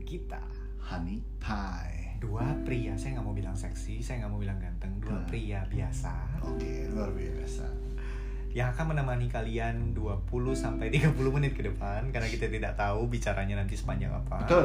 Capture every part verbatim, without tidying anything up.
kita Honey Pie. Dua pria, saya nggak mau bilang seksi, saya nggak mau bilang ganteng. Dua Nah. pria biasa Oke, luar biasa. yang akan menemani kalian dua puluh sampai tiga puluh menit ke depan. Karena kita tidak tahu bicaranya nanti sepanjang apa. Betul.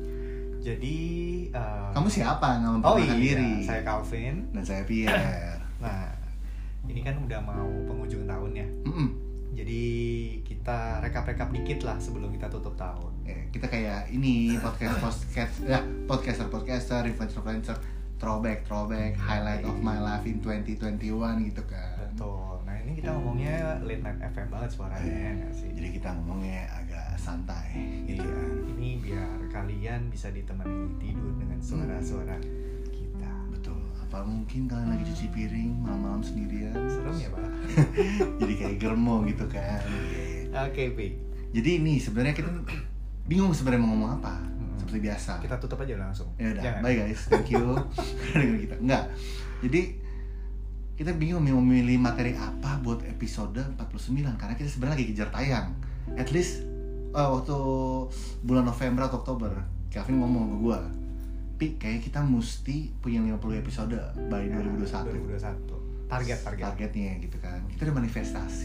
Jadi uh, Kamu siapa? Nggak Oh memperkenalkan iya, diri. saya Calvin. Dan saya Pierre. Nah, ini kan udah mau penghujung tahun ya. Mm-mm. Jadi kita rekap-rekap dikit lah sebelum kita tutup tahun. Eh, kita kayak ini podcast podcast ya podcaster podcaster influencer influencer throwback throwback highlight of my life in twenty twenty-one gitu kan. Betul. Nah ini kita ngomongnya late night F M banget suaranya ya nggak sih? Jadi kita ngomongnya agak santai gitu Iya, kan. ini biar kalian bisa ditemani tidur dengan suara-suara kita. Betul. Apa mungkin kalian lagi cuci piring malam-malam sendirian? Serem ya Pak? Jadi kayak germo gitu kan. Oke Pi, Jadi ini sebenarnya kita bingung sebenarnya mau ngomong apa. Hmm. Seperti biasa. kita tutup aja langsung. Ya udah, Jangan. bye guys, thank you. Dengan kita. Enggak. Jadi kita bingung mau memilih materi apa buat episode empat puluh sembilan karena kita sebenarnya lagi kejar tayang. At least uh, waktu bulan November atau Oktober, Kevin ngomong ke gua, "Pi, kayak kita mesti punya lima puluh episode by Ya, dua ribu dua puluh satu." dua ribu dua puluh satu. Target target. Targetnya gitu kan. Kita udah manifestasi.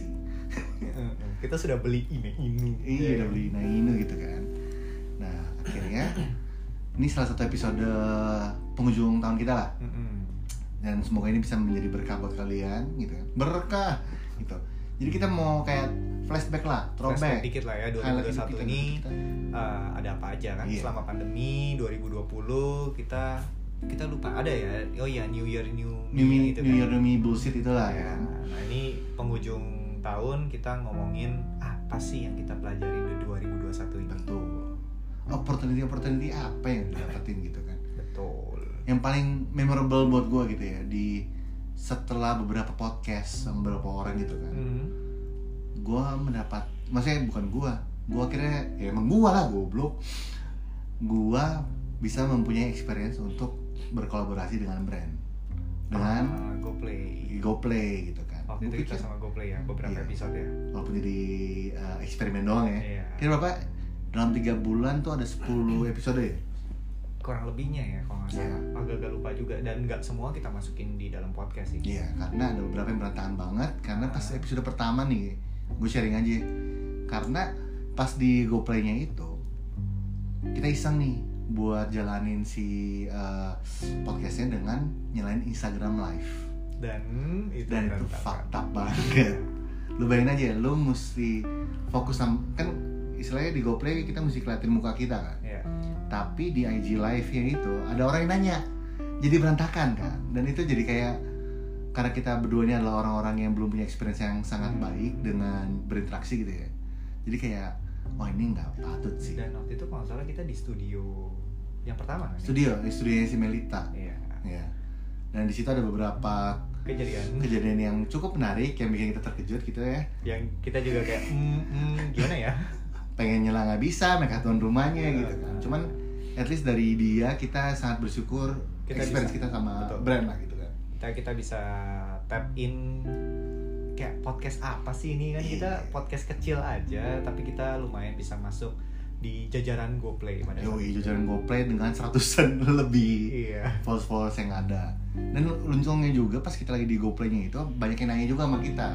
Kita sudah beli ini ini. Iya, udah beli nah ini gitu kan. Nah, akhirnya ini salah satu episode penghujung tahun kita lah. Mm-mm. Dan semoga ini bisa menjadi berkah buat kalian gitu kan. Berkah gitu. Jadi kita mau kayak flashback lah, Flashback throwback dikit lah ya dua ribu dua Highlight puluh satu hidup kita, ini hidup kita. uh, ada apa aja kan Iya. selama pandemi dua ribu dua puluh kita kita lupa ada ya. Oh iya, New Year New New, Me Me, itu New kan. Year New Me bullshit itulah Ya, kan. nah ini penghujung tahun kita ngomongin apa sih yang kita pelajarin di dua ribu dua puluh satu ini. Betul. Opportunity-opportunity apa yang didapetin gitu kan. Betul. Yang paling memorable buat gue gitu ya di setelah beberapa podcast sama beberapa orang gitu kan. Hmm. Gue mendapat, maksudnya bukan gue, gue akhirnya ya emang gue lah goblok. Gue bisa mempunyai experience untuk berkolaborasi dengan brand, dengan Ah, GoPlay. GoPlay gitu kan. Waktu Gua itu kita pikir, sama GoPlay ya beberapa Iya. episode ya. walaupun jadi uh, eksperimen doang ya. Iya. Kira berapa? Dalam tiga bulan tuh ada sepuluh episode ya. Kurang lebihnya ya kalau nggak salah. Iya. Agak-agak lupa juga dan nggak semua kita masukin di dalam podcast sih. Iya, karena ada beberapa yang berantakan banget. Karena pas Ah. episode pertama nih, gue sharing aja. Karena pas di GoPlay-nya itu kita iseng nih buat jalanin si uh, podcastnya dengan nyalain Instagram Live. Dan itu Dan itu berantakan. fucked up banget. Lu bayangin aja, lu mesti fokus sama, kan istilahnya di GoPlay kita mesti keliatin muka kita kan. Iya. Tapi di I G Live-nya itu ada orang yang nanya, jadi berantakan kan. Dan itu jadi kayak, karena kita berdua ini adalah orang-orang yang belum punya experience yang sangat baik dengan berinteraksi gitu ya. Jadi kayak, wah ini nggak patut sih. Dan waktu itu kalau nggak salah kita di studio yang pertama kan? ya? Studio, di studionya si Melita. Iya. Ya. Dan di situ ada beberapa Kejadian kejadian yang cukup menarik yang bikin kita terkejut gitu ya. yang kita juga kayak mm, mm, gimana ya? Pengen nyela nggak bisa, mereka tuan rumahnya Iya. gitu kan. Cuman at least dari dia kita sangat bersyukur Kita experience bisa. kita sama Betul. brand lah gitu kan. Kita kita bisa tap in kayak podcast apa sih ini kan kita Iya. podcast kecil aja tapi kita lumayan bisa masuk di jajaran GoPlay pada saat Yoi, itu. jajaran GoPlay dengan seratusan lebih Iya. followers-followers yang ada. Dan untungnya juga pas kita lagi di GoPlay-nya itu banyak yang nanya juga sama kita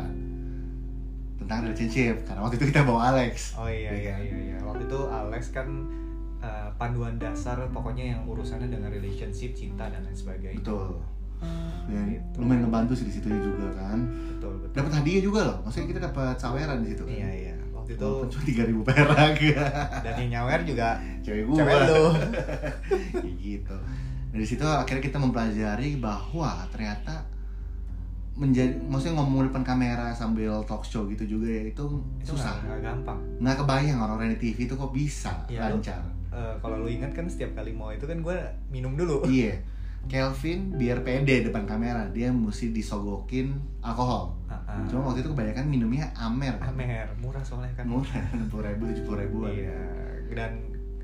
tentang relationship karena waktu itu kita bawa Alex. Oh iya iya iya iya. Waktu itu Alex kan uh, panduan dasar pokoknya yang urusannya dengan relationship, cinta dan lain sebagainya. Betul. Dan Gitu. lumayan ngebantu sih di situ juga kan. Betul betul. Dapat hadiah juga loh. Maksudnya kita dapat saweran di situ. Iya iya. Waktu itu Walaupun cuma tiga ribu perak. dan yang nyawer juga Cewek gua. cewek lu. Kayak gitu. Dari situ akhirnya kita mempelajari bahwa ternyata menjadi, maksudnya ngomong depan kamera sambil talk show gitu juga ya itu, Itu susah. nggak- nggak gampang. Nggak kebayang orang-orang di T V itu kok bisa Iya, lu- lancar. Eh, kalau lu ingat kan setiap kali mau itu kan gue minum dulu. Iya. Kelvin biar pede depan kamera dia mesti disogokin alkohol. Ah, ah. Cuma waktu itu kebanyakan minumnya Amer. kan? Amer murah soalnya kan. Murah, enam puluh ribu, tujuh puluh ribuan. Iya. Dan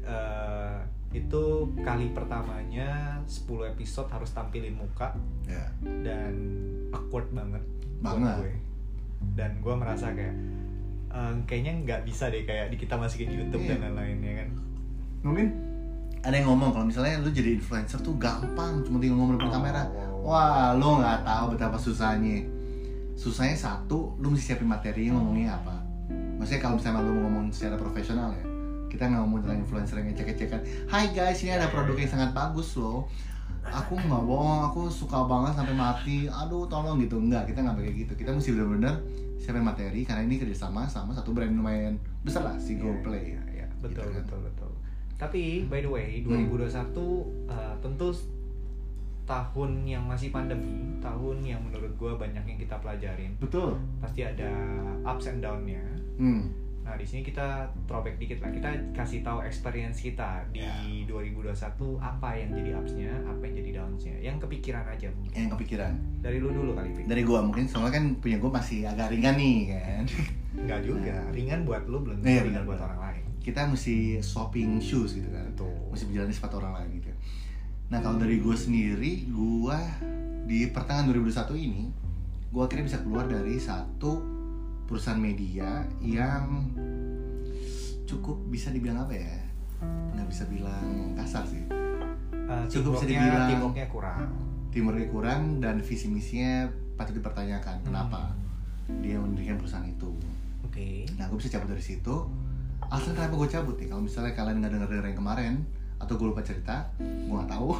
eh, itu kali pertamanya sepuluh episode harus tampilin muka Ya. dan awkward banget buat Banget. gue. Dan gue merasa kayak eh, kayaknya nggak bisa deh kayak di kita masukin YouTube Iya. dan lain-lain ya kan. Mungkin ada yang ngomong kalau misalnya lu jadi influencer tuh gampang, cuma tinggal ngomong depan Oh, kamera. wow. Wah, lu nggak tahu betapa susahnya. Susahnya satu, lu mesti siapin materi ngomongnya apa. Maksudnya kalau misalnya lu mau ngomong secara profesional ya, kita nggak ngomong tentang influencer yang ngecek-ngecekan. Hai guys, ini ada produk yang sangat bagus loh. Aku nggak bohong, aku suka banget sampai mati. Aduh, tolong gitu. Enggak, kita nggak pakai gitu. Kita mesti benar-benar siapin materi karena ini kerjasama sama satu brand lumayan besar lah, si GoPlay. Iya, iya. Betul, Gitu kan. betul, betul. Tapi by the way, dua ribu dua puluh satu uh, tentu tahun yang masih pandemi, tahun yang menurut gue banyak yang kita pelajarin. Betul. Pasti ada ups and down-nya. Hmm. Nah, di sini kita throwback dikit lah. Kita kasih tahu experience kita di Ya. dua ribu dua puluh satu apa yang jadi ups-nya, apa yang jadi downs-nya. Yang kepikiran aja mungkin. Yang kepikiran. Dari lu dulu kali, Pik. Dari gua mungkin soalnya kan punya gua masih agak ringan nih kan. Enggak juga. Ringan buat lu, belum Iya, ringan benar, buat benar. orang lain. Kita mesti swapping shoes gitu kan. Betul. Mesti berjalan di sepatu orang lain gitu. Nah, kalau dari gua sendiri, gua di pertengahan dua ribu dua puluh satu ini, gua akhirnya bisa keluar dari satu perusahaan media yang cukup bisa dibilang apa ya? Nggak bisa bilang kasar sih. Uh, Cukup bisa teamworknya- dibilang- teamworknya kurang. Timurnya kurang dan visi misinya patut dipertanyakan. Kenapa dia mendirikan perusahaan itu? Oke. Nah, gue bisa cabut dari situ. Alasan kenapa gue cabut nih? Kalau misalnya kalian nggak denger yang kemarin atau gue lupa cerita, gue nggak tahu.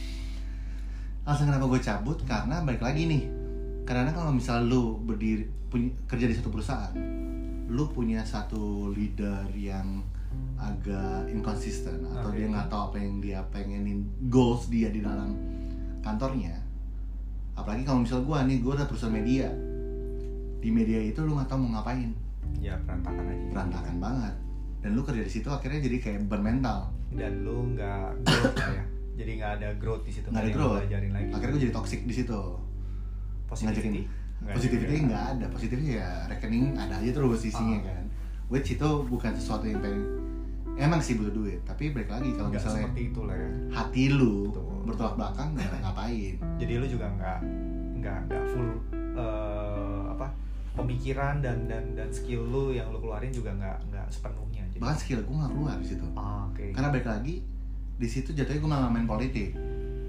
Alasan kenapa gue cabut karena balik lagi nih. Karena kalau misalnya lu berdiri punya, kerja di satu perusahaan, lu punya satu leader yang agak inconsistent atau Oke. dia nggak tahu apa yang dia pengenin, goals dia di dalam kantornya. Apalagi kalau misalnya gue nih, gue ada perusahaan media. Di media itu lu nggak tahu mau ngapain, Ya berantakan aja. berantakan banget. Dan lu kerja di situ akhirnya jadi kayak beban mental. Dan lu nggak growth lah ya. Jadi nggak ada growth di situ. Nggak ada yang growth. lu Belajarin lagi. Akhirnya gue jadi toxic di situ. Positivity. Nggak Positivity juga. nggak ada, positivity ya rekening ada aja terus isinya Ah. kan. Which itu bukan sesuatu yang pengen, emang sih butuh duit, tapi balik lagi kalau Nggak misalnya seperti itulah ya. hati lu Betul. bertolak belakang nggak ngapain. Jadi lu juga nggak nggak nggak full eh, apa pemikiran dan dan dan skill lu yang lu keluarin juga nggak nggak sepenuhnya. Jadi, Bahkan skill gue nggak keluar di situ. ah, oke. Karena balik lagi di situ jatuhnya gue malah main politik.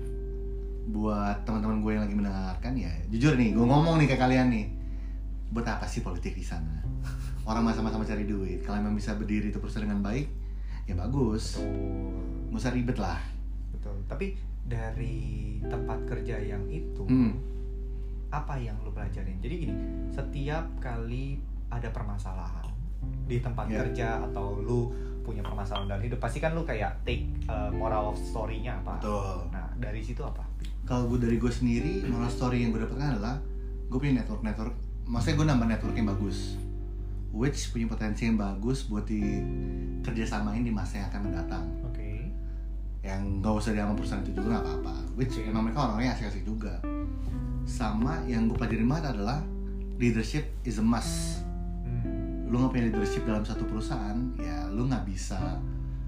Buat teman-teman gue yang lagi mendengarkan ya, jujur nih, gue ngomong nih ke kalian nih, buat apa sih politik di sana? Orang sama-sama cari duit. Kalau memang bisa berdiri itu perusahaan dengan baik, ya bagus. Betul. Nggak usah ribet lah. Betul. Tapi dari tempat kerja yang itu, Hmm. apa yang lu pelajarin? Jadi gini, setiap kali ada permasalahan di tempat Ya. kerja atau lu punya permasalahan dalam hidup, pasti kan lu kayak take uh, moral of story-nya apa? Betul. Nah, dari situ apa? Kalau gue dari gue sendiri, moral story yang gue dapetkan adalah gue punya network network. Maksudnya gue nambah network yang bagus, which punya potensi yang bagus buat di kerjasamain di masa yang akan mendatang. Oke. Yang nggak usah diambil perusahaan itu juga nggak apa-apa. Which Oke. emang mereka orang-orangnya asik-asik juga. Sama yang gue pelajarin banget adalah leadership is a must. Hmm. Lu nggak punya leadership dalam satu perusahaan, ya lu nggak bisa.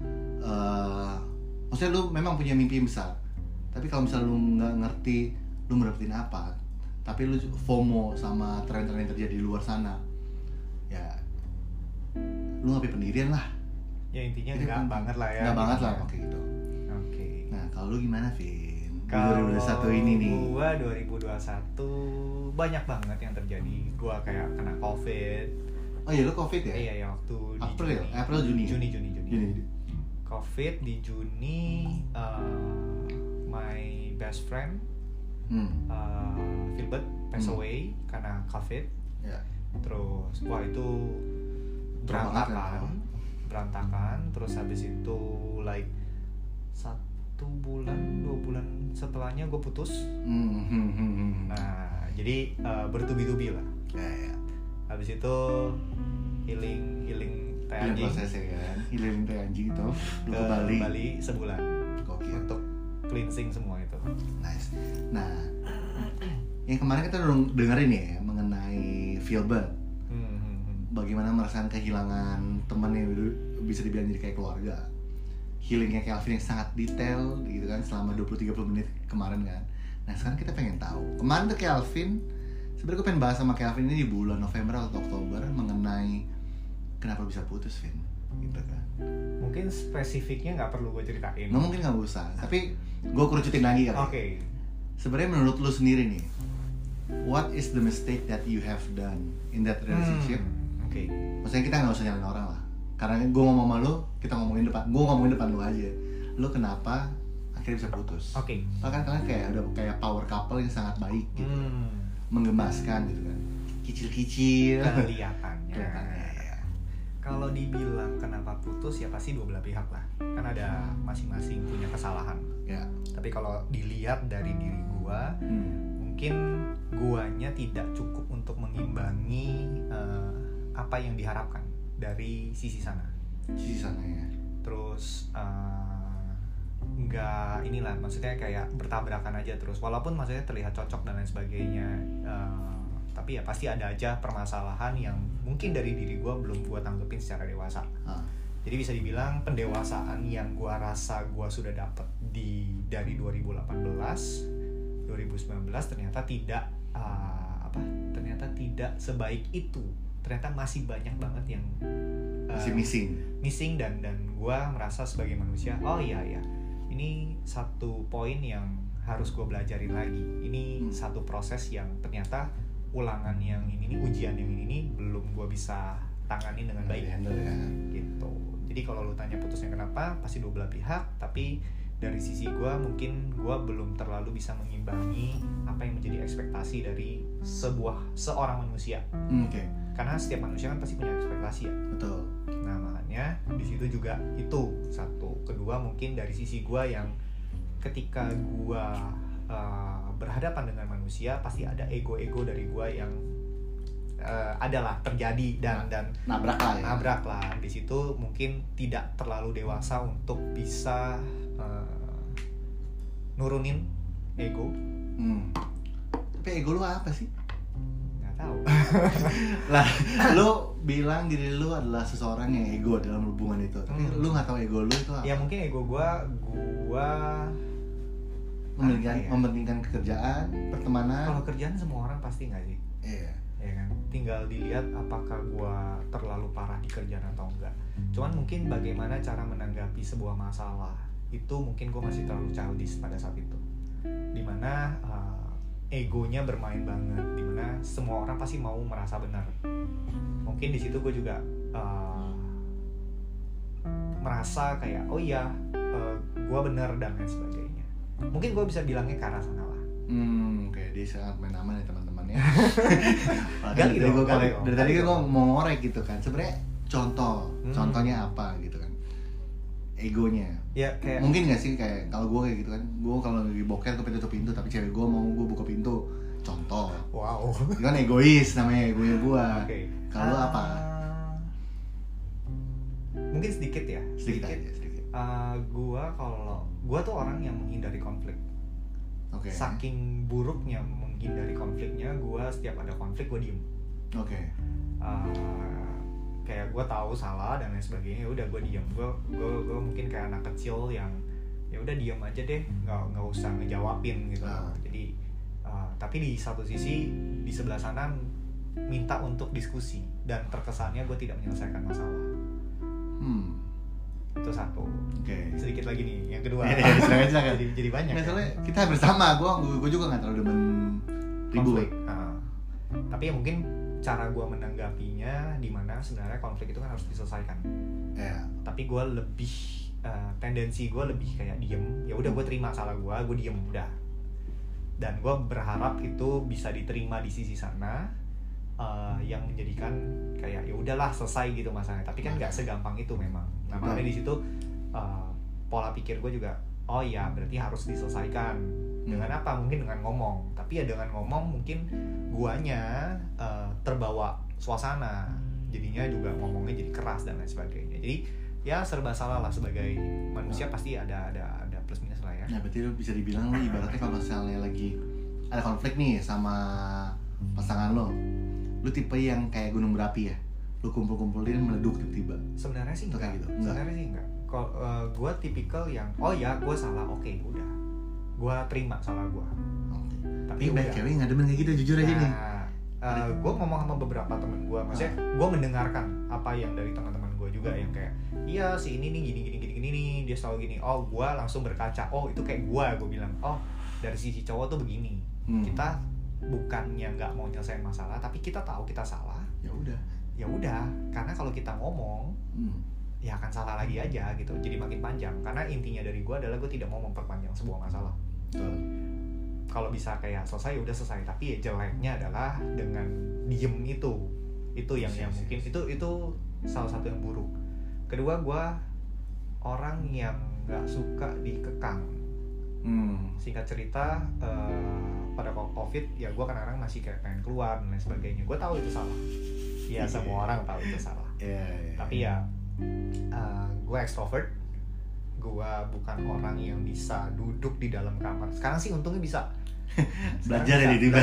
Uh, maksudnya lu memang punya mimpi yang besar, tapi kalau misalnya lu nggak ngerti lu mau dapetin apa, tapi lu FOMO sama tren-tren yang terjadi di luar sana, ya lu nggak punya pendirian lah. Ya intinya Jadi enggak penting. banget lah ya. Nggak banget lah intinya. kayak gitu. Oke. Nah kalau lu gimana, Vin? Di Kalau dua ribu dua puluh satu ini nih. Gua dua ribu dua puluh satu banyak banget yang terjadi. Gua kayak kena COVID. Oh iya, lu COVID ya? Iya ya waktu di April, Juni. April, Juni. Juni Juni Juni. Juni. COVID di Juni, uh, my best friend Hmm. uh, Philbert pass Hmm. away karena COVID. Ya. Terus wah itu Drop banget berantakan, kan? berantakan. Terus habis itu like satu bulan dua bulan setelahnya gue putus. Hmm, hmm, hmm, hmm. Nah jadi uh, bertubi-tubi lah. Ya, ya. Habis itu healing healing teh Healing anjing proses ya kan, healing teh anjing itu lu ke ke Bali. Bali sebulan Gokil. untuk cleansing semua itu. Nice. Nah, yang kemarin kita udah dengerin ya mengenai Philbert, Hmm, hmm, hmm. bagaimana merasakan kehilangan teman yang dulu bisa dibilang jadi kayak keluarga. Healingnya Kelvin yang sangat detail gitu kan selama dua puluh sampai tiga puluh menit kemarin kan. Nah sekarang kita pengen tahu, kemarin tuh Kelvin, sebenarnya gue pengen bahas sama Kelvin ini di bulan November atau Oktober mengenai kenapa bisa putus, Vin? Gitu kan. Mungkin spesifiknya nggak perlu gue ceritain. Nah, mungkin nggak usah, tapi gue kerucutin lagi kali. Oke. Okay. Sebenarnya menurut lu sendiri nih, what is the mistake that you have done in that relationship? Hmm, Oke. Okay. Maksudnya kita nggak usah nyalain orang lah, karena gue ngomong sama lu, kita ngomongin depan, gue ngomongin depan lu aja. Lu kenapa akhirnya bisa putus? Oke. Okay. Bahkan kalian kayak udah kayak power couple yang sangat baik gitu, Hmm. menggemaskan gitu kan, kicil-kicil. Kelihatannya. Kelihatannya. Kalau dibilang kenapa putus ya pasti dua belah pihak lah, kan ada masing-masing punya kesalahan. Ya. Tapi kalau dilihat dari diri gua, Hmm. mungkin guanya tidak cukup untuk mengimbangi uh, apa yang diharapkan dari sisi sana. Sisi sana ya. Terus uh, nggak inilah, maksudnya kayak bertabrakan aja terus. Walaupun maksudnya terlihat cocok dan lain sebagainya. Uh, tapi ya pasti ada aja permasalahan yang mungkin dari diri gue belum gue tanggepin secara dewasa. Ah. Jadi bisa dibilang pendewasaan yang gue rasa gue sudah dapet di dari dua ribu delapan belas, dua ribu sembilan belas ternyata tidak uh, apa? Ternyata tidak sebaik itu. Ternyata masih banyak banget yang uh, masih missing. Missing dan dan gue merasa sebagai manusia, oh iya ya, ini satu poin yang harus gue belajarin lagi. Ini hmm. satu proses yang ternyata ulangan yang ini nih, ujian yang ini nih belum gue bisa tanganin dengan baik. Handle ya. Gitu. Jadi kalau lu tanya putusnya kenapa, pasti dua belah pihak. Tapi dari sisi gue mungkin gue belum terlalu bisa mengimbangi apa yang menjadi ekspektasi dari sebuah seorang manusia. Hmm, Oke. Okay. Karena setiap manusia kan pasti punya ekspektasi ya. Betul. Nah makanya di situ juga itu satu. Kedua mungkin dari sisi gue yang ketika gue uh, berhadapan dengan manusia pasti ada ego-ego dari gue yang uh, adalah terjadi dan dan nabrak lah ya. Nabrak lah. Di situ mungkin tidak terlalu dewasa untuk bisa uh, nurunin ego. Hmm. Tapi ego lu apa sih? Nggak tahu. Lah, lu bilang diri lu adalah seseorang yang ego dalam hubungan itu. Tapi hmm. lu nggak tahu ego lu itu apa? Ya mungkin ego gue, gue mementingkan, ya? mementingkan pekerjaan, pertemanan. Kalau kerjaan semua orang pasti nggak sih? Iya. Ya kan. Tinggal dilihat apakah gue terlalu parah di kerjaan atau enggak. Cuman mungkin bagaimana cara menanggapi sebuah masalah itu mungkin gue masih terlalu childish pada saat itu. Dimana uh, egonya bermain banget. Dimana semua orang pasti mau merasa benar. Mungkin di situ gue juga uh, merasa kayak oh iya uh, gue benar dan lain sebagainya. Mungkin gue bisa bilangnya ke arah sana lah. Hmm, oke, okay. Dia sangat main aman ya teman-temannya. Dari tadi gue dari, dari tadi gue mau ngorek gitu kan. Sebenarnya contoh, hmm. contohnya apa gitu kan? Egonya. Ya kayak. Mungkin nggak sih kayak kalau gue kayak gitu kan? Gue kalau lagi boker gue tutup pintu, tapi cewek gue mau gue buka pintu. Contoh. Wow. Itu kan egois namanya egonya gue. Oke. Okay. Kalau uh, apa? Mungkin sedikit ya. Sedikit, sedikit. aja. Sedikit. Uh, gue kalau gue tuh orang yang menghindari konflik. Okay. Saking buruknya menghindari konfliknya, gue setiap ada konflik gue diem. Oke. Okay. Uh, kayak gue tahu salah dan lain sebagainya, udah gue diem. Gue gue gue mungkin kayak anak kecil yang ya udah diem aja deh, nggak nggak usah ngejawabin gitu. Uh. Jadi uh, tapi di satu sisi di sebelah sana minta untuk diskusi dan terkesannya gue tidak menyelesaikan masalah. Hmm. Itu satu. Oke. Okay. Sedikit lagi nih, yang kedua. Ya, silakan, silakan. jadi, jadi banyak. Nah, soalnya ya? Kita bersama, gue gue juga nggak terlalu demen ribut. Uh, tapi ya mungkin cara gue menanggapinya di mana sebenarnya konflik itu kan harus diselesaikan. Ya. Yeah. Tapi gue lebih uh, tendensi gue lebih kayak diem. Ya udah gue terima salah gue, gue diem udah. Dan gue berharap itu bisa diterima di sisi sana. Uh, yang menjadikan kayak ya udahlah selesai gitu masalahnya, tapi kan nggak segampang itu memang. Nah makanya di situ uh, pola pikir gue juga oh ya berarti harus diselesaikan dengan apa, mungkin dengan ngomong, tapi ya dengan ngomong mungkin guanya uh, terbawa suasana, jadinya juga ngomongnya jadi keras dan lain sebagainya. Jadi ya serba salah lah, sebagai manusia pasti ada ada ada plus minus lah ya. Ya berarti lu bisa dibilang lu ibaratnya kalau misalnya lagi ada konflik nih sama pasangan lo, lu tipe yang kayak gunung berapi ya, lu kumpul-kumpulin meleduk tiba-tiba. Sebenarnya sih enggak, gitu. Sebenarnya sih enggak. Kalau uh, gue tipikal yang oh ya gue salah, oke okay, udah, gue terima salah gue. Okay. Tapi udah cewek nggak demen kayak gitu, jujur nah, aja nih. uh, gue ngomong sama beberapa temen gue, maksudnya gue mendengarkan apa yang dari teman-teman gue juga yang kayak, iya si ini nih gini gini gini gini nih, dia selalu gini. Oh gue langsung berkaca, oh itu kayak gue, gue bilang, oh dari sisi cowok tuh begini. Hmm. Kita bukannya nggak mau nyelesain masalah, tapi kita tahu kita salah. Ya udah. Ya udah, karena kalau kita ngomong, hmm. ya akan salah lagi aja gitu. Jadi makin panjang. Karena intinya dari gue adalah gue tidak mau memperpanjang sebuah masalah. Hmm. Kalau bisa kayak selesai, ya udah selesai. Tapi ya jeleknya adalah dengan diem itu, itu yang yang mungkin itu itu salah satu yang buruk. Kedua, gue orang yang nggak suka dikekang. Hmm. Singkat cerita, uh, pada COVID ya gue kadang-kadang masih kayak pengen keluar dan lain sebagainya. Gue tahu itu salah. Ya yeah. Semua orang tahu itu salah. Yeah, yeah. Tapi ya uh, gue extrovert. Gue bukan orang yang bisa duduk di dalam kamar. Sekarang sih untungnya bisa. Belajar ya di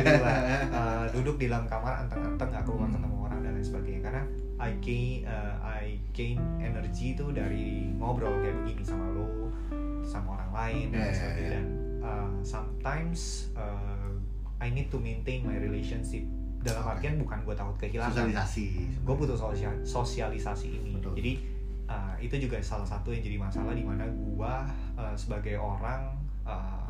uh, duduk di dalam kamar anteng-anteng nggak keluar hmm. ketemu orang dan lain sebagainya. Karena I gain uh, I gain energi itu dari ngobrol kayak begini sama lo, sama orang lain dan yeah, sebagainya. Dan uh, sometimes uh, I need to maintain my relationship. Dalam artian bukan gue takut kehilangan. Sosialisasi. Gue butuh sosial, sosialisasi ini. Betul. Jadi uh, itu juga salah satu yang jadi masalah di mana gue uh, sebagai orang uh,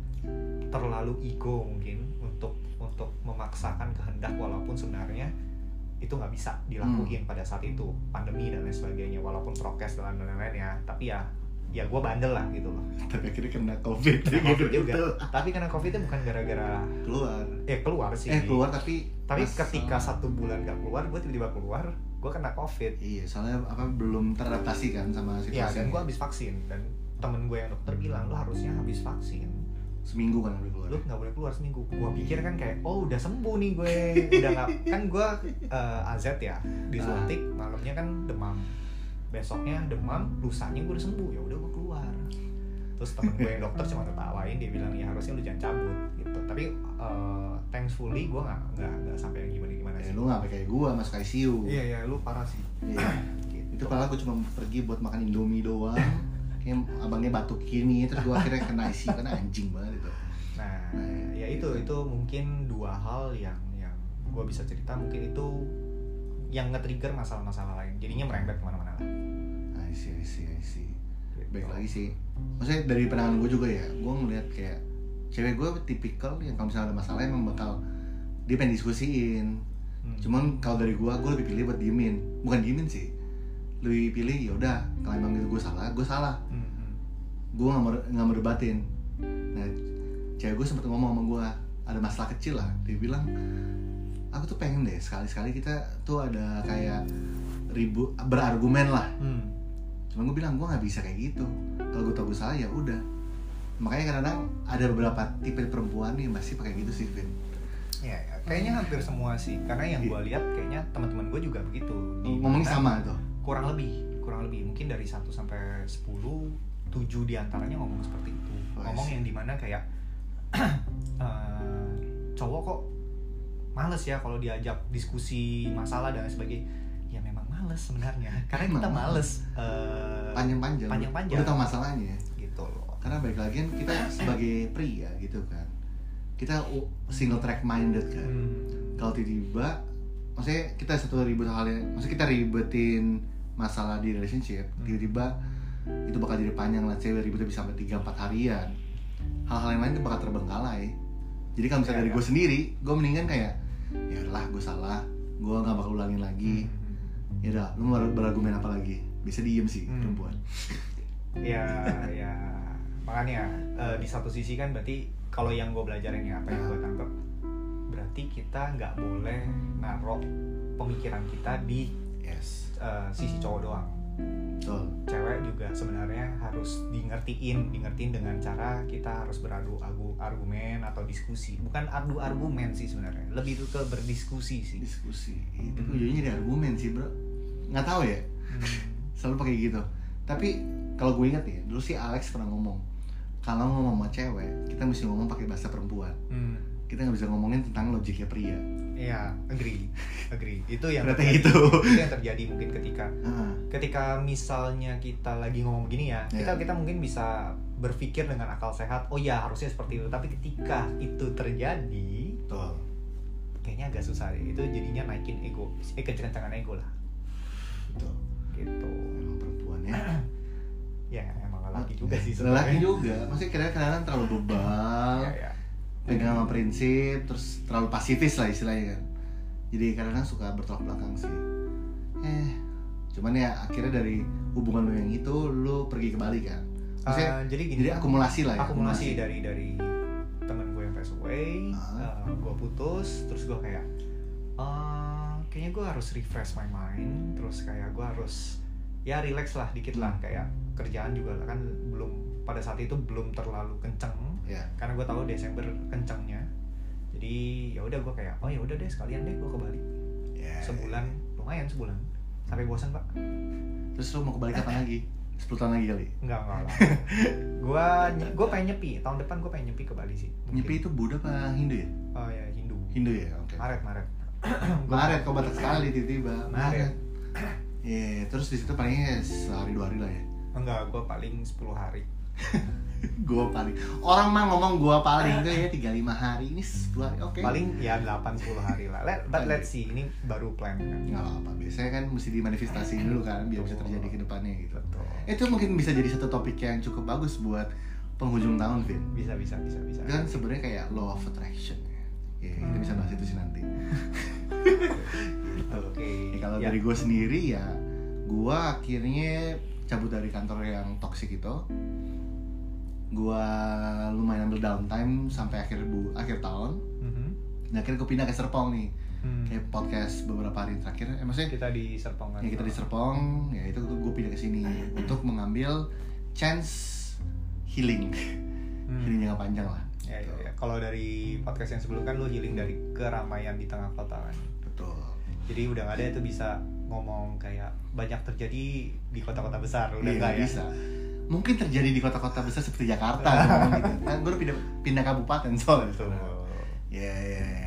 terlalu ego mungkin untuk untuk memaksakan kehendak walaupun sebenarnya itu nggak bisa dilakuin hmm. pada saat itu pandemi dan lain sebagainya, walaupun prokes dan lain-lain ya. Tapi ya ya gue bandel lah gitu loh. Tapi akhirnya kena covid, kena COVID juga. Tapi karena covidnya bukan gara-gara keluar. Eh keluar sih. Eh keluar tapi. Tapi masa... ketika satu bulan gak keluar, gue tiba-tiba keluar, gue kena covid. Iya, soalnya apa belum teradaptasi kan sama situasi. Iya, dan gue habis vaksin dan temen gue yang dokter bilang lo harusnya habis vaksin seminggu kan boleh keluar. Lo nggak boleh keluar seminggu. Gue pikir kan kayak oh udah sembuh nih gue, udah nggak kan gue uh, A Z ya disuntik malamnya kan demam. Besoknya demam, lusanya gue udah sembuh, ya udah gue keluar. Terus temen gue yang dokter cuma ketawain, dia bilang ya harusnya lu jangan cabut gitu. Tapi uh, thankfully gue nggak nggak nggak sampai yang gimana gimana sih. Ya, lu nggak kayak gue masuk I C U. Iya iya, lu parah sih. Iya. Gitu. Itu padahal gue cuma pergi buat makan Indomie doang. Kayak abangnya batuk gini, terus gue akhirnya kena I C U karena anjing banget itu. Nah, nah ya itu itu mungkin dua hal yang yang gue bisa cerita, mungkin itu yang nge-trigger masalah-masalah lain, jadinya merembet kemana-mana lah. I see, I see, I see. Baik lagi sih, maksudnya dari pandangan gue juga ya, gue ngeliat kayak cewek gue tipikal yang kalau misalnya ada masalah emang bakal dia pengen diskusiin. Hmm. Cuman kalau dari gue, gue lebih pilih buat diemin, bukan diemin sih, lebih pilih ya udah kalau emang gitu gue salah, gue salah. Hmm. Gue nggak mau nggak mau debatin. Nah, cewek gue sempet ngomong sama gue, ada masalah kecil lah, dia bilang aku tuh pengen deh sekali-sekali kita tuh ada kayak ribu berargumen lah. Hmm. Cuman gue bilang gue nggak bisa kayak gitu. Kalau gue tau gue salah ya udah. Makanya kadang-kadang ada beberapa tipe perempuan nih masih pakai gitu sih, Vin. Ya, ya, kayaknya hampir semua sih. Karena yang gue lihat kayaknya teman-teman gue juga begitu. Ngomongin sama tuh. Kurang lebih, kurang lebih mungkin dari satu sampai sepuluh, tujuh diantaranya ngomong seperti itu. Oh, ngomong yang dimana kayak uh, cowok kok males ya kalau diajak diskusi masalah dan sebagainya. Ya memang males sebenarnya. Karena kita males uh, panjang-panjang. Panjang-panjang. Udah tahu masalahnya. Gitu loh. Karena balik lagi kan kita sebagai pria gitu kan. Kita single track minded kan. Hmm. Kalau tiba-tiba maksudnya kita satu ribut halnya, maksudnya kita ribetin masalah di relationship, hmm. tiba-tiba itu bakal jadi panjang lah, cewek ributnya bisa sampai tiga sampai empat harian. Hal-hal yang lain itu bakal terbengkalai. Jadi kalau misalnya ya, dari ya. gue sendiri, gue mendingan kayak ya lah gue salah, gue nggak bakal ulangin lagi. Hmm. Ya udah, lu mau berargumen apa lagi? Bisa diem sih hmm. perempuan. Ya ya makanya uh, di satu sisi kan berarti kalau yang gue belajarin ya apa yang gue tangkap, berarti kita nggak boleh naruh pemikiran kita di yes, uh, sisi cowok doang. Betul. Cewek juga sebenarnya harus di ngertiin, di ngertiin dengan cara kita harus beradu argumen atau diskusi. Bukan adu argumen sih sebenarnya, lebih itu ke berdiskusi sih. Diskusi. Itu hmm. ujungnya jadi argumen sih, bro. Nggak tahu ya. Hmm. Selalu pakai gitu. Tapi kalau gue ingat ya, dulu sih Alex pernah ngomong, kalau ngomong sama cewek, kita mesti ngomong pakai bahasa perempuan. Hmm. Kita nggak bisa ngomongin tentang logiknya pria. Iya, agree, agree. Itu yang terjadi, itu. itu yang terjadi mungkin ketika, uh. ketika misalnya kita lagi ngomong gini ya, yeah. kita kita mungkin bisa berpikir dengan akal sehat. Oh ya harusnya seperti itu. Tapi ketika itu terjadi, Betul. kayaknya agak susah deh. Itu jadinya naikin ego, eh kecencangan ego lah. Gitu. Gitu. Emang perempuan ya. Ya emang lelaki juga sih sebenarnya. Lelaki juga. Maksudnya kadang-kadang terlalu bebal. Ya, ya. Pegang sama prinsip, terus terlalu pasifis lah istilahnya kan. Jadi kadang-kadang suka bertolak belakang sih. Eh, cuman ya akhirnya dari hubungan lo yang itu lo pergi ke Bali kan. Maksudnya, uh, jadi gini, jadi akumulasi lah ya. Akumulasi, akumulasi. dari dari temen gue yang pass away, uh. uh, gue putus, terus gue kayak, uh, kayaknya gue harus refresh my mind, terus kayak gue harus ya relax lah dikit lah, kayak kerjaan juga kan belum pada saat itu belum terlalu kenceng, yeah. Karena gue tahu Desember kencengnya, jadi ya udah gue kayak, oh ya udah deh sekalian deh gue ke Bali, yeah. sebulan, lumayan sebulan, sampai bosan pak. Terus lo mau ke Bali kapan lagi? sepuluh tahun lagi kali? Enggak, enggak lah. Gua gua pengen nyepi. Tahun depan gua pengen nyepi ke Bali sih. Mungkin. Nyepi itu Buddha apa Hindu ya? Oh ya, Hindu. Hindu ya, oke. Okay. Maret, Maret. Maret kok batas sekali tiba-tiba. Maret. Iya, yeah, terus di situ palingnya sehari dua hari lah ya. Enggak, gua paling sepuluh hari. Gua paling. Orang mah ngomong gua paling tuh ya tiga puluh lima hari, ini sepuluh hari. Oke. Okay. Paling ya delapan sepuluh hari lah. Let, but let's see, ini baru plan kan. Enggak apa-apa. Biasanya kan mesti dimanifestasiin dulu kan biar bisa terjadi ke depannya gitu. Betul. Itu mungkin bisa jadi satu topik yang cukup bagus buat penghujung tahun, Vin. Bisa, bisa, bisa, bisa. Kan sebenarnya kayak law of attraction ya. Ya, kita bisa bahas itu sih nanti. Gitu. Oke. Okay. Ya, kalau ya. dari gue sendiri ya, gue akhirnya cabut dari kantor yang toksik itu. Gue lumayan ambil downtime sampai akhir bu akhir tahun. Mm-hmm. Dan akhirnya gue pindah ke Serpong nih. Hmm. Kayak podcast beberapa hari terakhir, eh, maksudnya kita di Serpong kan? Ya kita di Serpong, ya itu gue pindah ke sini untuk mengambil chance healing, hmm. healing jangka panjang lah. Ya, ya, ya. Kalau dari podcast yang sebelum kan lu healing dari keramaian di tengah kota kan? Betul. Jadi udah nggak ada itu bisa ngomong kayak banyak terjadi di kota-kota besar, udah nggak ya? Bisa. Mungkin terjadi di kota-kota besar seperti Jakarta, gitu. Kan gue pindah pindah kabupaten soalnya. Betul. Ya ya ya.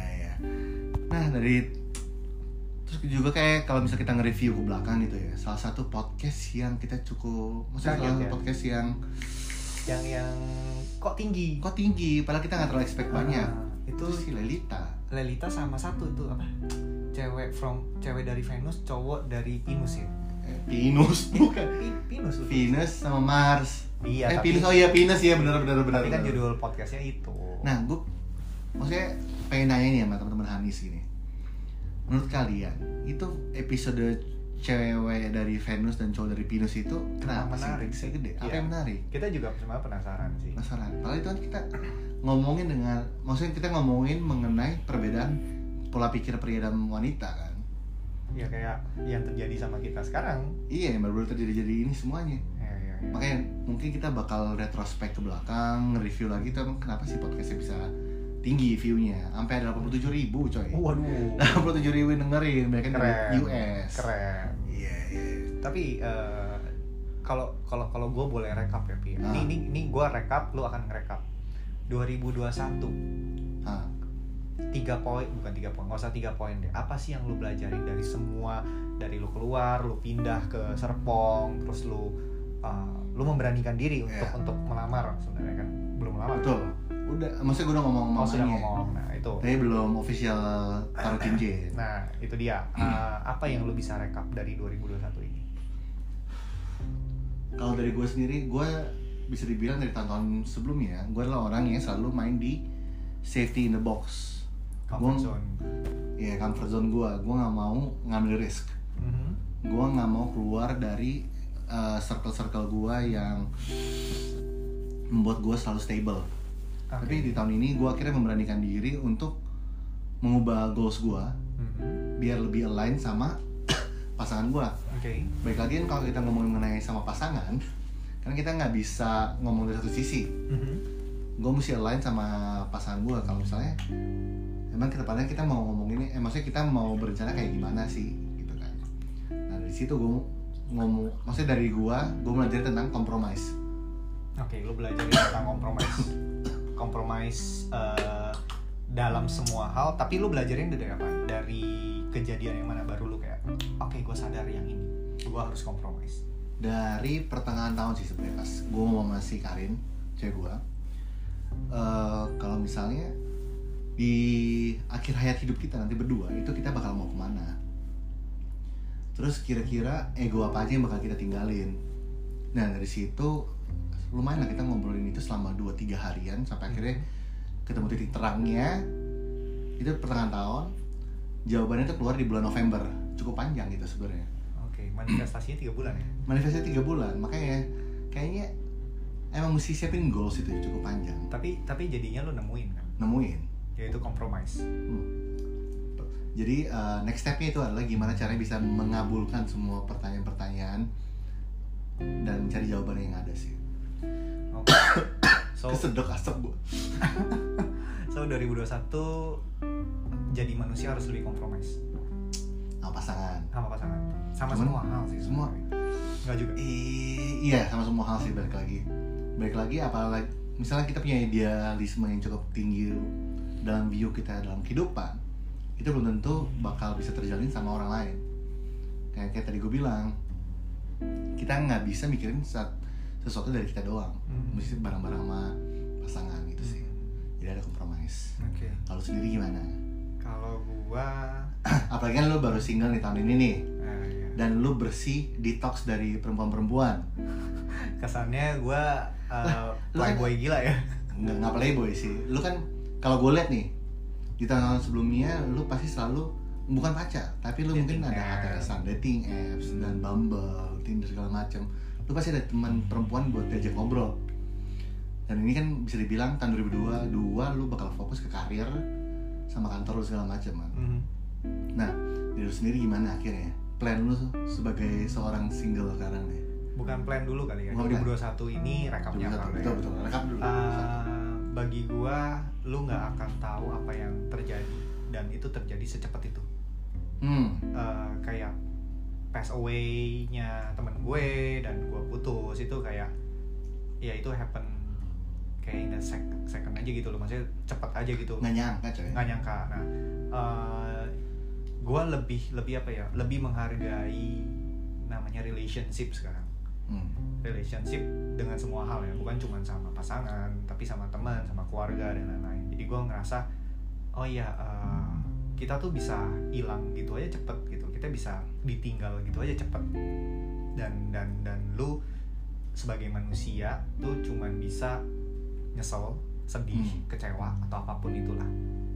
Nah dari terus juga kayak kalau misalnya kita nge-review ke belakang gitu ya, salah satu podcast yang kita cukup, maksudnya salah satu ya? podcast yang yang yang kok tinggi, kok tinggi, padahal kita nggak terlalu expect uh, banyak. Itu si Lelita. Lelita sama satu itu apa? Cewek from cewek dari Venus, cowok dari Pinus ya? Eh, Pinus bukan? Pinus. Venus sama Mars. Iya. Eh tapi, Pinus oh iya Pinus ya benar benar benar. Tapi kan judul podcastnya itu. Nah gue maksudnya pengen nanya nih sama teman-teman Hanis gini. Menurut kalian itu episode cewek dari Venus dan cowok dari Pinus itu kenapa menarik sih gede? Apa ya, yang menarik? Kita juga sebenarnya penasaran sih. Penasaran. Padahal itu kan kita ngomongin dengan, maksudnya kita ngomongin mengenai perbedaan pola pikir pria dan wanita kan? Ya kayak yang terjadi sama kita sekarang. Iya, yang baru-baru terjadi-jadi ini semuanya. Ya, ya, ya. Makanya mungkin kita bakal retrospek ke belakang, review lagi tuh kenapa sih podcastnya bisa tinggi view-nya, sampai ada delapan puluh tujuh ribu coy. Waduh. delapan puluh tujuh ribu dengerin, mereka dari U S. Keren. Iya, yeah, iya. Yeah. Tapi kalau uh, kalau kalau gue boleh rekap ya, Pi. Ah. Ini ini ini gue rekap, lu akan ngerekap. dua ribu dua puluh satu. Ah. Tiga poin, bukan tiga poin, nggak usah tiga poin deh. Apa sih yang lu belajarin dari semua, dari lu keluar, lu pindah ke Serpong, terus lu uh, lu memberanikan diri untuk yeah. untuk melamar sebenarnya kan belum melamar. Betul. Udah, maksudnya gue udah ngomong oh, sudah mamanya. ngomong, nah itu. Tapi belum official taruh cincin. Nah itu dia. Uh, apa yang lu bisa rekap dari dua ribu dua puluh satu ini? Kalau dari gue sendiri, gue bisa dibilang dari tahun-tahun sebelumnya, gue adalah orang yang selalu main di safety in the box. Comfort gua, zone. Iya, comfort zone gue. Gue nggak mau ngambil risk. Mm-hmm. Gue nggak mau keluar dari uh, circle-circle gue yang membuat gue selalu stable. Okay. Tapi di tahun ini gue akhirnya memberanikan diri untuk mengubah goals gue, mm-hmm. biar lebih align sama pasangan gue. Okay. Baik lagi kan kalau kita ngomongin mengenai sama pasangan, kan kita nggak bisa ngomong dari satu sisi. Mm-hmm. Gue mesti align sama pasangan gue. Kalau misalnya emang kita padahal kita mau ngomongin, eh maksudnya kita mau berencana kayak gimana sih, gitu kan. Nah dari situ gue ngomong, maksudnya dari gue, gue belajar tentang compromise. Oke, okay, lu belajar tentang compromise. Compromise uh, dalam semua hal, tapi lu belajarin dari apa? Dari kejadian yang mana baru lu kayak, oke, okay, gue sadar yang ini, gue harus compromise. Dari pertengahan tahun sih sebenarnya pas gue mau masih Karin, cewek gue, uh, kalau misalnya di akhir hayat hidup kita nanti berdua itu kita bakal mau kemana. Terus kira-kira ego apa aja yang bakal kita tinggalin. Nah dari situ lumayan lah kita ngobrolin itu selama dua tiga harian sampai akhirnya ketemu titik terangnya. Itu pertengahan tahun. Jawabannya itu keluar di bulan November. Cukup panjang gitu sebenarnya. Oke, manifestasinya tiga bulan ya? Manifestasinya tiga bulan, makanya kayaknya emang mesti siapin goals itu cukup panjang. Tapi tapi jadinya lo nemuin kan? Nemuin. Yaitu compromise. Hmm. Jadi uh, next stepnya itu adalah gimana caranya bisa mengabulkan semua pertanyaan-pertanyaan dan cari jawaban yang ada sih. Oke. So, kesedok asap bu. So dua ribu dua puluh satu jadi manusia harus lebih compromise. Sama pasangan. Sama pasangan. Sama Cuman, semua hal sih. Semua. Enggak juga. I- iya sama semua hal sih balik lagi. Balik lagi apalagi misalnya kita punya idealisme yang cukup tinggi dalam view kita dalam kehidupan, itu belum tentu bakal bisa terjalin sama orang lain. Kayak kayak tadi gue bilang, kita nggak bisa mikirin saat sesuatu dari kita doang, Hmm. mesti bareng-bareng sama pasangan gitu sih. Jadi ada compromise. Oke. Kalau sendiri gimana? Kalau gua Apalagi kan lu baru single nih tahun ini nih, eh, iya. dan lu bersih detox dari perempuan-perempuan. Kesannya gua uh, lu kan- playboy gila ya. Nggak, nggak playboy sih. Lu kan kalau gue liat nih di tahun sebelumnya, lu pasti selalu bukan pacar, tapi lu Dating mungkin ada app. H T S-an, dating apps dan Bumble, Tinder segala macam. Lu pasti ada teman perempuan buat diajak ngobrol. Dan ini kan bisa dibilang tahun dua ribu dua puluh dua lu bakal fokus ke karir sama kantor lu segala macam kan. Mhm. Nah, diri lu sendiri gimana akhirnya? Plan lu sebagai seorang single sekarang nih? Bukan plan dulu kali ya. Bukan dua ribu dua puluh satu ini rekapnya apa betul, ya? betul, betul. Rekap dulu. Uh, bagi gua lu nggak akan tahu apa yang terjadi dan itu terjadi secepat itu. Hmm. Uh, kayak pass away-nya temen gue dan gue putus itu kayak ya itu happen kayak in a second, second aja gitu loh, maksudnya cepet aja gitu, Nggak nyangka coy. nggak nyangka. Nah uh, gue lebih lebih apa ya lebih menghargai namanya relationship sekarang. Hmm. Relationship dengan semua hal ya, bukan cuma sama pasangan tapi sama teman, sama keluarga dan lain-lain. Jadi gue ngerasa oh ya uh, kita tuh bisa hilang gitu aja cepet gitu, kita bisa ditinggal gitu aja cepet, dan dan dan lu sebagai manusia tuh cuman bisa nyesel, sedih, Hmm. kecewa atau apapun itulah.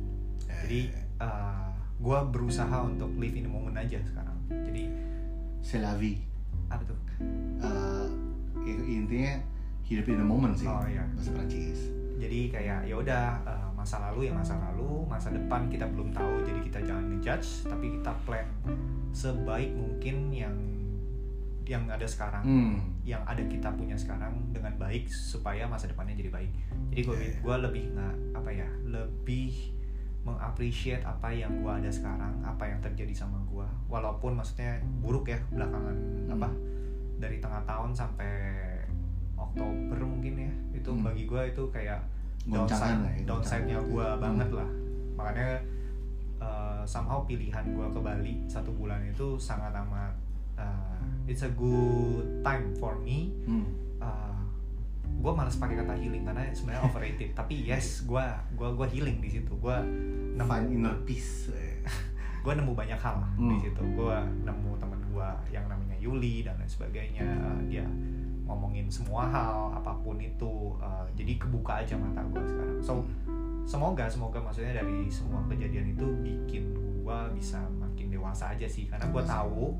Jadi uh, gue berusaha untuk live in the moment aja sekarang. Jadi C'est la vie. apa tuh? Uh, intinya hidup in the moment sih. Oh iya. Bahasa Prancis. Jadi kayak ya udah uh, masa lalu ya masa lalu, masa depan kita belum tahu, jadi kita jangan ngejudge, tapi kita plan sebaik mungkin yang yang ada sekarang, Hmm. yang ada kita punya sekarang dengan baik supaya masa depannya jadi baik. Jadi gue Yeah. gue lebih nggak apa ya lebih mengappreciate apa yang gue ada sekarang, apa yang terjadi sama gue, walaupun maksudnya buruk ya belakangan Hmm. apa dari tengah tahun sampai Oktober mungkin ya itu Hmm. bagi gue itu kayak Goncangan downside lah ya, downside-nya goncangan. gue Hmm. banget lah. Makanya uh, somehow pilihan gue ke Bali satu bulan itu sangat amat uh, it's a good time for me. Hmm. Uh, gue malas pakai kata healing karena sebenarnya overrated. Tapi yes, gue gue gue healing di situ. Gue nemu Find inner peace. gue nemu banyak hal Hmm. di situ. Gue nemu teman gue yang namanya Yuli dan lain sebagainya. Uh, dia ngomongin semua hal apapun itu. Uh, jadi kebuka aja mata gue sekarang. So semoga semoga maksudnya dari semua kejadian itu bikin gue bisa makin dewasa aja sih. Karena gue tahu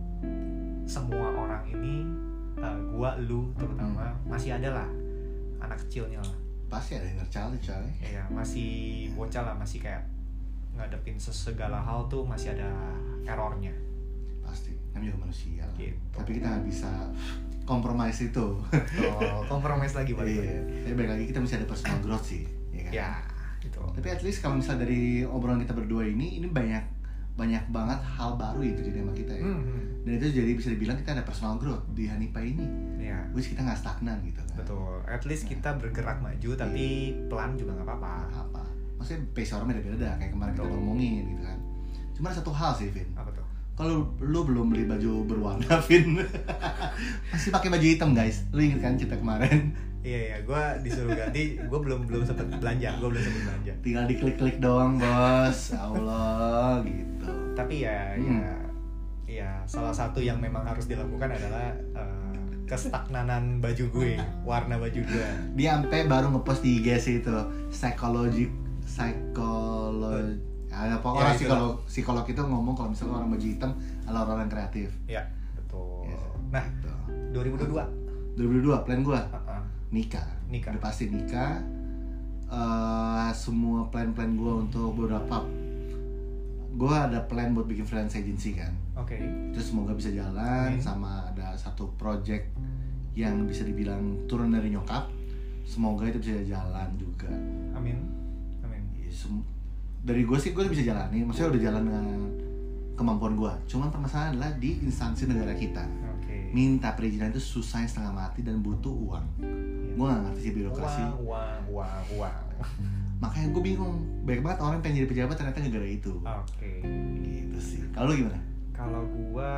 semua orang ini, uh, gue, lu terutama masih ada lah anak kecilnya lah. Pasti ada inner child coy. Iya, masih bocah lah, masih kayak ngadepin segala hal tuh masih ada errornya. Pasti. Namanya juga manusia lah. Gitu. Tapi kita nggak bisa compromise itu. Oh, kompromis lagi balik Iya. Tapi balik lagi kita mesti ada personal growth sih. Ya kan? ya gitu. Tapi at least kalau misalnya dari obrolan kita berdua ini, ini banyak banyak banget hal baru yang terjadi sama kita ya. Hmm, Dan itu jadi bisa dibilang kita ada personal growth di Hanipa ini. ya Which kita nggak stagnan gitu kan. betul. At least kita bergerak maju tapi pelan juga nggak apa-apa. Apa? Maksudnya pace orang beda-beda kayak kemarin kita Betul. ngomongin gitu kan. Cuma ada satu hal sih, Vin. Apa tuh? Kalau lu belum beli baju berwarna, Vin, masih pakai baju hitam guys. Lu inget kan cerita kemarin? Iya ya, gue disuruh ganti, gue belum belum sempet belanja, gue belum sempet belanja. Tinggal diklik-klik doang bos, Allah gitu. Tapi ya, hmm. ya, ya salah satu yang memang harus dilakukan adalah uh, kestagnanan baju gue, warna baju gue. Dia sampai baru ngepost di I G sih itu, psikologi, psikologi. Ya, pokoknya ya, psikolog, psikolog itu ngomong kalau misalnya orang baju hitam adalah orang yang kreatif. Ya, betul. Ya, nah, gitu. dua ribu dua puluh dua. dua ribu dua puluh dua plan gue. Uh-uh. Nikah, nikah. Udah pasti nikah. Uh, semua plan-plan gue untuk beberapa, gue ada plan buat bikin freelance agency kan. Oke. Okay. Terus semoga bisa jalan. Amin. Sama ada satu project yang bisa dibilang turun dari nyokap. Semoga itu bisa jalan juga. Amin. Amin. Ya, sem- dari gue sih gue bisa jalanin. Maksudnya udah jalan dengan kemampuan gue. Cuman permasalahan adalah di instansi negara kita. Okay. Minta perizinan itu susah setengah mati dan butuh uang. Gue gak ngerti sih birokrasi. Uang, uang, uang. Makanya gue bingung. Banyak banget orang yang pengen jadi pejabat ternyata gara-gara itu. Oke. Okay. Gitu sih. Kalau lu gimana? Kalau gue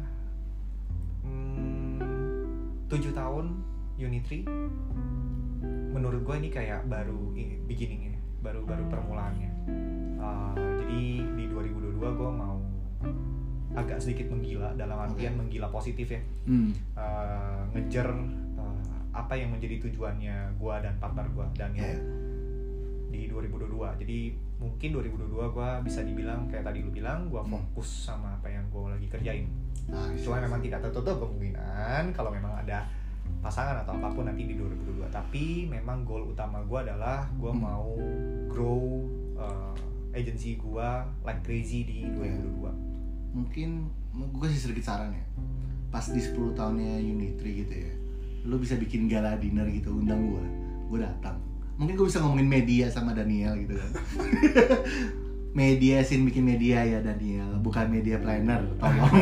hmm, tujuh tahun Unitri, menurut gue ini kayak baru ini, beginningnya, baru baru permulaannya. Uh, jadi di dua ribu dua puluh dua gue mau agak sedikit menggila, dalam artian okay. menggila positif ya. Hmm. Uh, ngejar apa yang menjadi tujuannya gue dan partner gue Daniel yeah. di dua ribu dua puluh dua. Jadi mungkin dua ribu dua puluh dua gue bisa dibilang kayak tadi lu bilang, gue fokus hmm. sama apa yang gue lagi kerjain. Nah, cuma memang tidak tertutup kemungkinan kalau memang ada pasangan atau apapun nanti di dua ribu dua puluh dua. Tapi memang goal utama gue adalah gue hmm. mau grow uh, agency gue like crazy di dua ribu dua puluh dua. Mungkin gue sih sedikit saran ya, pas di sepuluh tahunnya Unitri gitu ya, lu bisa bikin gala dinner gitu, undang gue, gue datang. Mungkin gue bisa ngomongin media sama Daniel gitu kan. Media sin bikin media ya Daniel, bukan media planner, tolong.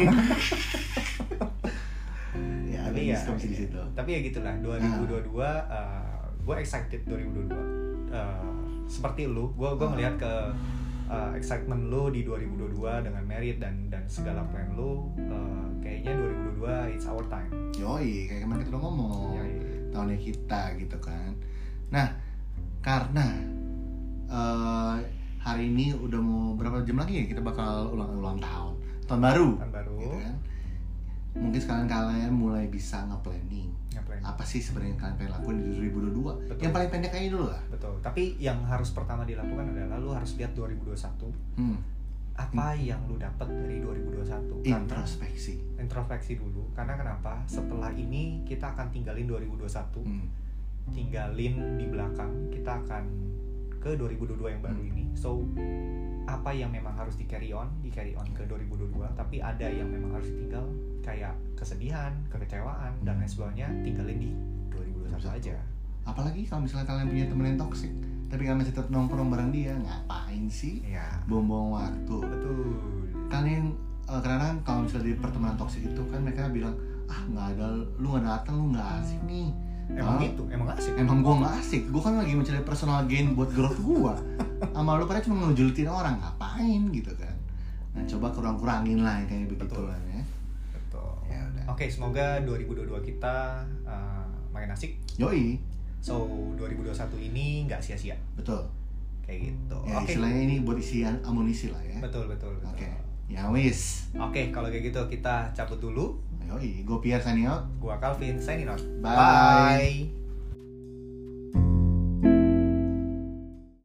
Ya, tapi ya, ya, di situ. Tapi ya gitulah, dua ribu dua puluh dua nah. uh, gue excited dua ribu dua puluh dua. Uh, seperti lu, gue gue ngelihat ke uh, excitement lu di dua ribu dua puluh dua dengan merit dan dan segala plan lu, uh, kayaknya dua ribu dua puluh dua it's our time. Yoi, kayak kemarin kita udah ngomong. Yoi. Tahunnya kita gitu kan. Nah, karena uh, hari ini udah mau berapa jam lagi ya kita bakal ulang ulang tahun, tahun baru. Tahun baru. Gitu kan. Mungkin sekalian kalian mulai bisa nge-planning. Nge-planning. Apa sih sebenarnya yang kalian pengen lakuin di dua ribu dua puluh dua? Betul. Yang paling pendek aja dulu lah. Betul. Tapi yang harus pertama dilakukan adalah lu harus lihat dua ribu dua puluh satu. Hmm. Apa hmm. yang lu dapat dari dua ribu dua puluh satu? Introspeksi. Karena, introspeksi dulu. Karena kenapa? Setelah ini kita akan tinggalin dua ribu dua puluh satu. Hmm. Tinggalin di belakang. Kita akan ke dua ribu dua puluh dua yang baru hmm. ini. So apa yang memang harus di carry on, di carry on ke dua ribu dua puluh dua, tapi ada yang memang harus ditinggal kayak kesedihan, kekecewaan hmm. dan lain sebagainya, tinggalin di dua ribu dua puluh satu aja. Apalagi kalau misalnya kalian punya temen yang toksik, tapi kalian masih tetap nongkrong bareng dia, ngapain sih? Ya. Buang-buang waktu. Betul. Kalian uh, karena kalau misalnya di pertemanan toksik itu kan mereka bilang, ah nggak ada, lu nggak datang, lu nggak asik nih. Emang gitu, emang asik. Emang gua nggak asik, gua kan lagi mencari personal gain buat growth gua. Sama lu pada cuma ngejulitin orang, ngapain gitu kan? Nah coba kurang-kurangin lah kayak begitu lah ya. Betul. Ya udah. Oke, semoga dua ribu dua puluh dua kita uh, makin asik. Yoi. So dua ribu dua puluh satu ini nggak sia-sia. Betul. Kayak gitu. Ya okay. Istilahnya ini buat isian amunisi lah ya. Betul betul. betul. Oke. Okay. Ya wis. Oke, okay, kalau kayak gitu kita cabut dulu. Yoi, gue Pierre signing out. Gua Calvin signing out. Bye. Bye.